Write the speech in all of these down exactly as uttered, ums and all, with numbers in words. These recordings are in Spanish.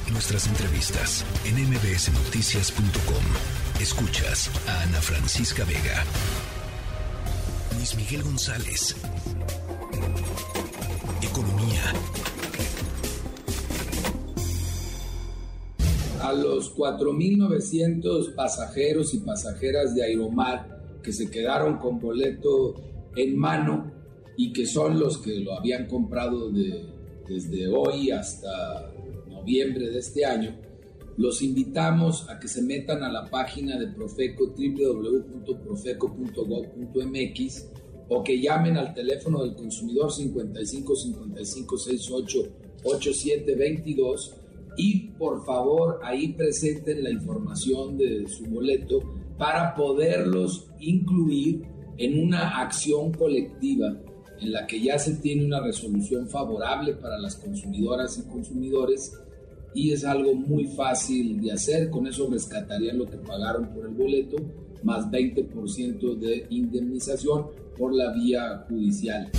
Nuestras entrevistas en eme be ese noticias punto com. Escuchas a Ana Francisca Vega. Luis Miguel González. Economía. A los cuatro mil novecientos pasajeros y pasajeras de Aeromar que se quedaron con boleto en mano y que son los que lo habían comprado de, desde hoy hasta noviembre de este año, los invitamos a que se metan a la página de Profeco, doble u doble u doble u punto profeco punto gob punto eme equis, o que llamen al teléfono del consumidor cincuenta y cinco cincuenta y cinco sesenta y ocho ochenta y siete veintidós y por favor ahí presenten la información de su boleto para poderlos incluir en una acción colectiva en la que ya se tiene una resolución favorable para las consumidoras y consumidores, y es algo muy fácil de hacer. Con eso rescatarían lo que pagaron por el boleto, más veinte por ciento de indemnización por la vía judicial.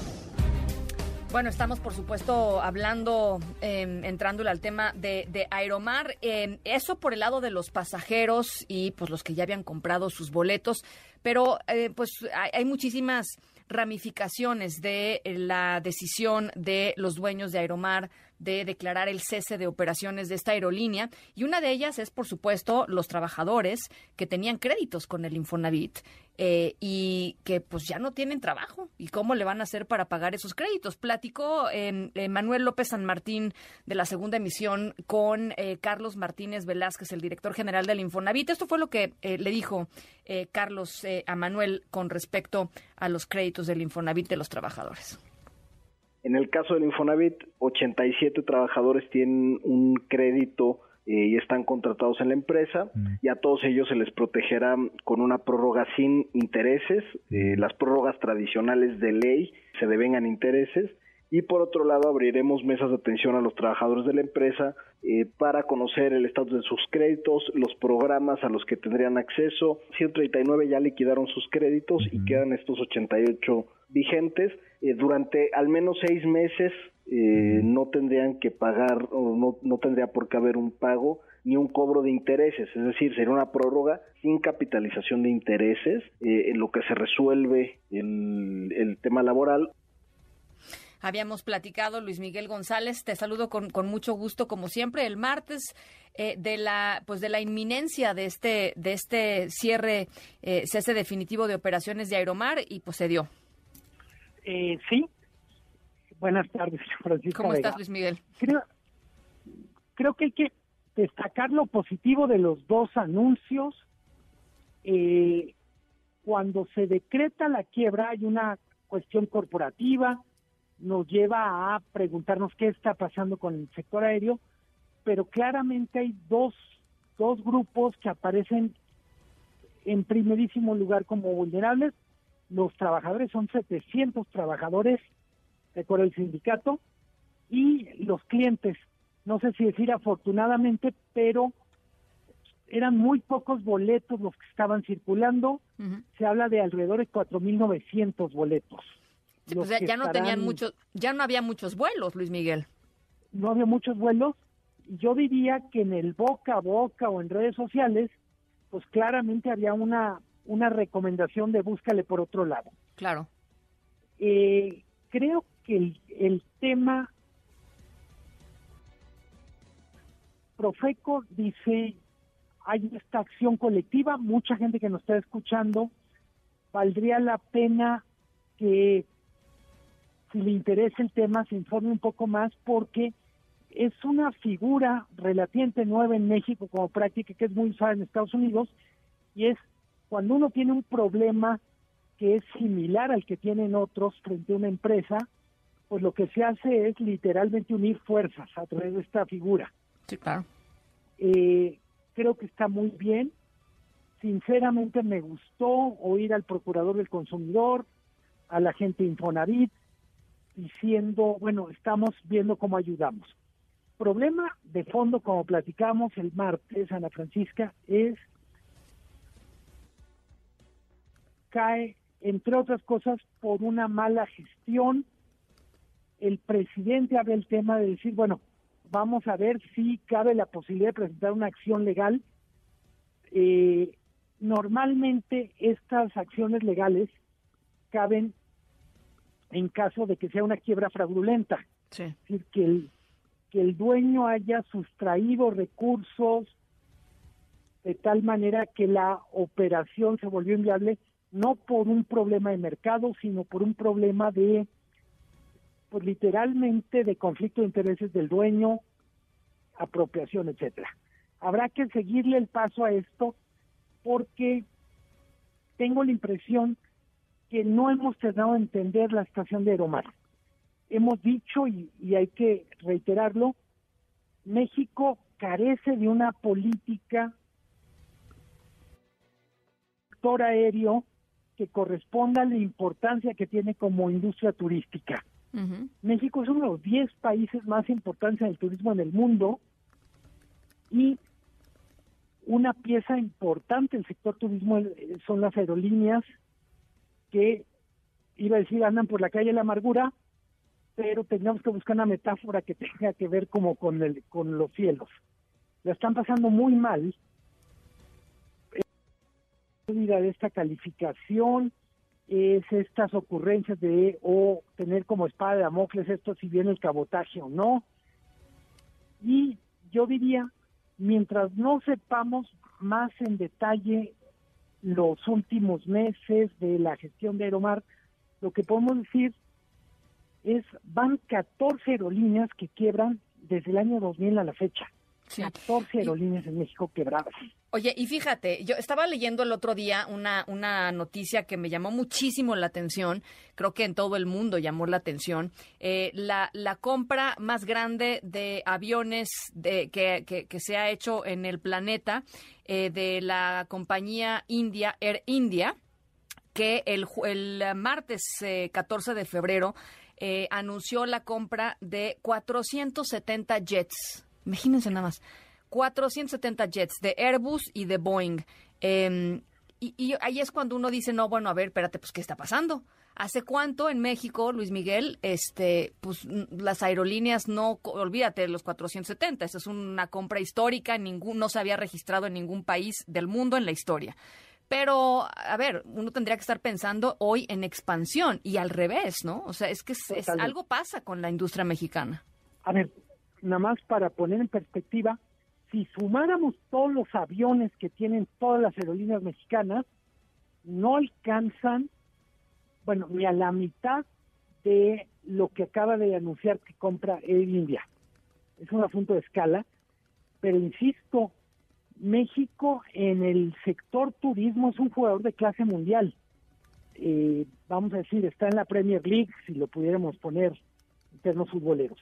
Bueno, estamos por supuesto hablando, eh, entrándole al tema de, de Aeromar, eh, eso por el lado de los pasajeros y pues los que ya habían comprado sus boletos, pero eh, pues hay, hay muchísimas ramificaciones de la decisión de los dueños de Aeromar de declarar el cese de operaciones de esta aerolínea, y una de ellas es, por supuesto, los trabajadores que tenían créditos con el Infonavit eh, y que pues ya no tienen trabajo. ¿Y cómo le van a hacer para pagar esos créditos? Platicó eh, eh, Manuel López San Martín de la Segunda Emisión con eh, Carlos Martínez Velázquez, el director general del Infonavit. Esto fue lo que eh, le dijo eh, Carlos eh, a Manuel con respecto a los créditos del Infonavit de los trabajadores. En el caso del Infonavit, ochenta y siete trabajadores tienen un crédito eh, y están contratados en la empresa, mm. y a todos ellos se les protegerá con una prórroga sin intereses. Eh, las prórrogas tradicionales de ley se devengan intereses, y por otro lado abriremos mesas de atención a los trabajadores de la empresa eh, para conocer el estatus de sus créditos, los programas a los que tendrían acceso. ciento treinta y nueve ya liquidaron sus créditos, uh-huh. y quedan estos ochenta y ocho vigentes. Eh, durante al menos seis meses eh, no tendrían que pagar, o no, no tendría por qué haber un pago ni un cobro de intereses, es decir, sería una prórroga sin capitalización de intereses, eh, en lo que se resuelve el, el tema laboral. Habíamos platicado, Luis Miguel González, te saludo con, con mucho gusto, como siempre, el martes, eh, de la pues de la inminencia de este de este cierre, eh, cese definitivo de operaciones de Aeromar, y pues se dio. Eh, sí. Buenas tardes, Francisco. ¿Cómo Vega. estás, Luis Miguel? Creo, creo que hay que destacar lo positivo de los dos anuncios. Eh, cuando se decreta la quiebra hay una cuestión corporativa, nos lleva a preguntarnos qué está pasando con el sector aéreo, pero claramente hay dos, dos grupos que aparecen en primerísimo lugar como vulnerables. Los trabajadores, son setecientos trabajadores, recuerda el sindicato, y los clientes, no sé si decir afortunadamente, pero eran muy pocos boletos los que estaban circulando. Uh-huh. Se habla de alrededor de cuatro mil novecientos boletos. Sí, pues ya, ya no estarán, tenían muchos, ya no había muchos vuelos, Luis Miguel. No había muchos vuelos. Yo diría que en el boca a boca o en redes sociales, pues claramente había una una recomendación de búscale por otro lado. Claro. Eh, creo que el, el tema, Profeco dice, hay esta acción colectiva, mucha gente que nos está escuchando, valdría la pena que, si le interesa el tema, se informe un poco más, porque es una figura relativamente nueva en México como práctica, que es muy usada en Estados Unidos, y es cuando uno tiene un problema que es similar al que tienen otros frente a una empresa, pues lo que se hace es literalmente unir fuerzas a través de esta figura. Sí, claro. Eh, creo que está muy bien. Sinceramente me gustó oír al procurador del consumidor, a la gente de Infonavit, diciendo, bueno, estamos viendo cómo ayudamos. Problema de fondo, como platicamos el martes, Ana Francisca, es cae, entre otras cosas, por una mala gestión. El presidente abre el tema de decir, bueno, vamos a ver si cabe la posibilidad de presentar una acción legal. Eh, normalmente estas acciones legales caben en caso de que sea una quiebra fraudulenta. Sí. Es decir, que el, que el dueño haya sustraído recursos de tal manera que la operación se volvió inviable, no por un problema de mercado, sino por un problema de, pues literalmente, de conflicto de intereses del dueño, apropiación, etcétera. Habrá que seguirle el paso a esto porque tengo la impresión que no hemos tratado de entender la situación de Aeromar. Hemos dicho, y, y hay que reiterarlo, México carece de una política sector aéreo que corresponda a la importancia que tiene como industria turística. Uh-huh. México es uno de los diez países más importantes en el turismo en el mundo y una pieza importante del sector turismo son las aerolíneas que, iba a decir, andan por la calle de la amargura, pero tengamos que buscar una metáfora que tenga que ver como con, el, con los cielos. La están pasando muy mal de esta calificación, es estas ocurrencias de o tener como espada de Damocles esto si viene el cabotaje o no. Y yo diría, mientras no sepamos más en detalle los últimos meses de la gestión de Aeromar, lo que podemos decir es, van catorce aerolíneas que quiebran desde el año dos mil a la fecha. Sí. catorce aerolíneas y, en México quebradas. Oye, y fíjate, yo estaba leyendo el otro día una, una noticia que me llamó muchísimo la atención, creo que en todo el mundo llamó la atención, eh, la, la compra más grande de aviones de, que, que, que se ha hecho en el planeta, eh, de la compañía India, Air India, que el, el martes eh, catorce de febrero eh, anunció la compra de cuatrocientos setenta jets. Imagínense nada más, cuatrocientos setenta jets de Airbus y de Boeing. Eh, y, y ahí es cuando uno dice, no, bueno, a ver, espérate, pues, ¿qué está pasando? ¿Hace cuánto en México, Luis Miguel, este, pues, las aerolíneas no, olvídate de los cuatrocientos setenta, esa es una compra histórica, ningún, no se había registrado en ningún país del mundo en la historia. Pero, a ver, uno tendría que estar pensando hoy en expansión y al revés, ¿no? O sea, es que es, es, algo pasa con la industria mexicana. A ver, nada más para poner en perspectiva, si sumáramos todos los aviones que tienen todas las aerolíneas mexicanas, no alcanzan, bueno, ni a la mitad de lo que acaba de anunciar que compra Air India. Es un asunto de escala, pero insisto, México en el sector turismo es un jugador de clase mundial. Eh, vamos a decir, está en la Premier League, si lo pudiéramos poner en términos futboleros.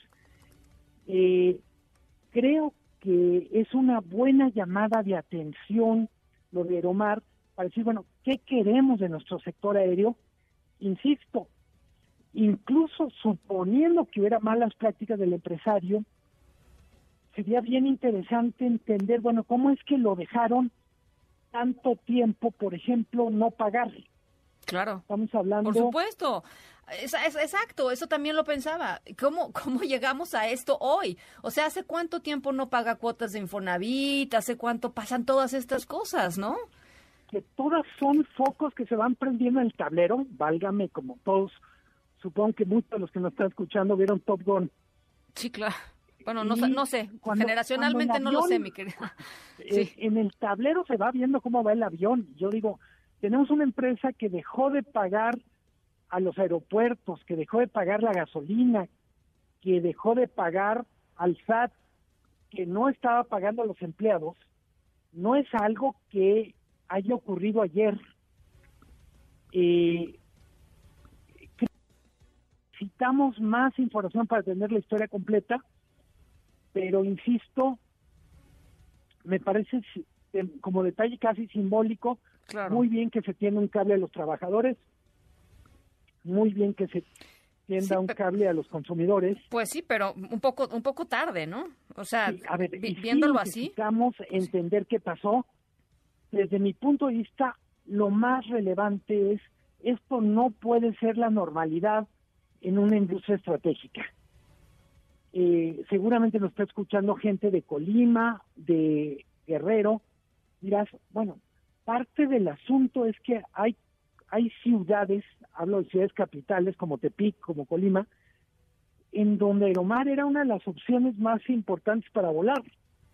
Eh, creo que es una buena llamada de atención lo de Aeromar para decir, bueno, ¿qué queremos de nuestro sector aéreo? Insisto, incluso suponiendo que hubiera malas prácticas del empresario, sería bien interesante entender, bueno, ¿cómo es que lo dejaron tanto tiempo, por ejemplo, no pagar? Claro. Estamos hablando... Por supuesto. Es, es, exacto, eso también lo pensaba. ¿Cómo, ¿Cómo llegamos a esto hoy? O sea, ¿hace cuánto tiempo no paga cuotas de Infonavit? ¿Hace cuánto pasan todas estas cosas, no? Que todas son focos que se van prendiendo en el tablero, válgame, como todos, supongo que muchos de los que nos están escuchando vieron Top Gun. Sí, claro. Bueno, no, no sé, cuando, generacionalmente cuando avión, no lo sé, mi querida. Sí. Eh, en el tablero se va viendo cómo va el avión. Yo digo, tenemos una empresa que dejó de pagar a los aeropuertos, que dejó de pagar la gasolina, que dejó de pagar al S A T, que no estaba pagando a los empleados. No es algo que haya ocurrido ayer. Eh, necesitamos más información para tener la historia completa, pero insisto, me parece como detalle casi simbólico, claro. Muy bien que se tiene un cable a los trabajadores, muy bien que se tienda sí, un cable a los consumidores. Pues sí, pero un poco un poco tarde, ¿no? O sea, sí, a ver, vi, viéndolo sí así. Necesitamos entender qué pasó. Desde mi punto de vista, lo más relevante es, esto no puede ser la normalidad en una industria estratégica. eh, seguramente nos está escuchando gente de Colima, de Guerrero. Dirás, bueno, parte del asunto es que hay, hay ciudades, hablo de ciudades capitales como Tepic, como Colima, en donde Aeromar era una de las opciones más importantes para volar.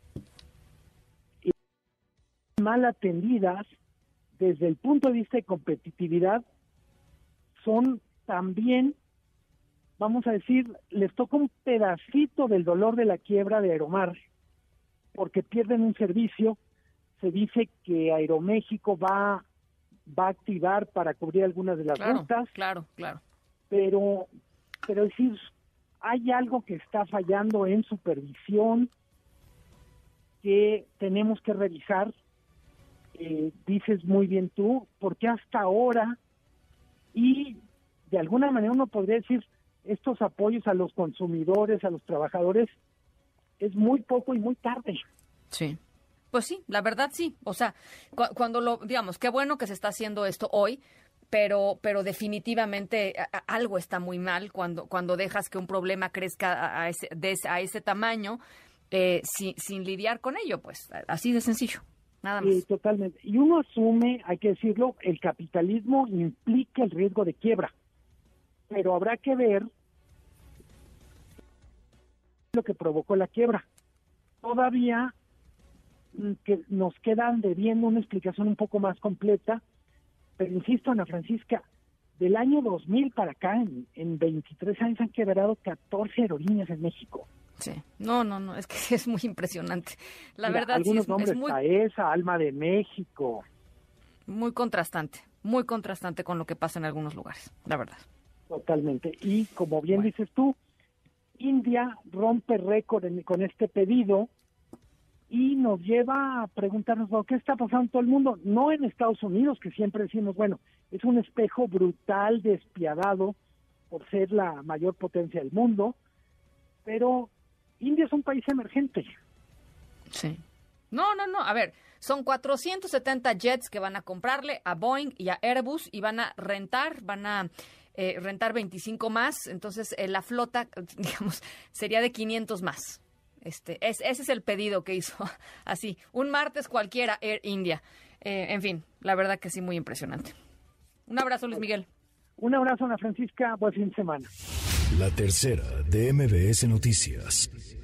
Y mal atendidas, desde el punto de vista de competitividad, son también, vamos a decir, les toca un pedacito del dolor de la quiebra de Aeromar, porque pierden un servicio. Se dice que Aeroméxico va, va a activar para cubrir algunas de las claro, rutas. Claro, claro. Pero, pero decir, hay algo que está fallando en supervisión que tenemos que revisar. Eh, dices muy bien tú, porque hasta ahora, y de alguna manera uno podría decir, estos apoyos a los consumidores, a los trabajadores, es muy poco y muy tarde. Sí. Pues sí, la verdad sí. O sea, cu- cuando lo, digamos, qué bueno que se está haciendo esto hoy, pero pero definitivamente a, a, algo está muy mal cuando cuando dejas que un problema crezca a, a, ese, de, a ese tamaño eh, sin, sin lidiar con ello, pues así de sencillo, nada más. Sí, totalmente. Y uno asume, hay que decirlo, el capitalismo implica el riesgo de quiebra, pero habrá que ver lo que provocó la quiebra. Todavía que nos quedan debiendo una explicación un poco más completa, pero insisto, Ana Francisca, del año dos mil para acá, en, en veintitrés años han quebrado catorce aerolíneas en México. Sí, no, no, no, es que es muy impresionante. La Mira, verdad algunos sí, es, nombres, es muy, Taesa, Alma de México. muy contrastante, muy contrastante con lo que pasa en algunos lugares, la verdad. Totalmente. Y como bien Bueno. dices tú, India rompe récord en- con este pedido y nos lleva a preguntarnos, ¿qué está pasando en todo el mundo? No en Estados Unidos, que siempre decimos, bueno, es un espejo brutal, despiadado, por ser la mayor potencia del mundo, pero India es un país emergente. Sí. No, no, no. A ver, son cuatrocientos setenta jets que van a comprarle a Boeing y a Airbus y van a rentar, van a eh, rentar veinticinco más. Entonces, eh, la flota, digamos, sería de quinientos más. Este, es, ese es el pedido que hizo. Así, un martes cualquiera Air India. Eh, en fin, la verdad que sí, muy impresionante. Un abrazo, Luis Miguel. Un abrazo, Ana Francisca, buen fin de semana. La tercera de M B S Noticias.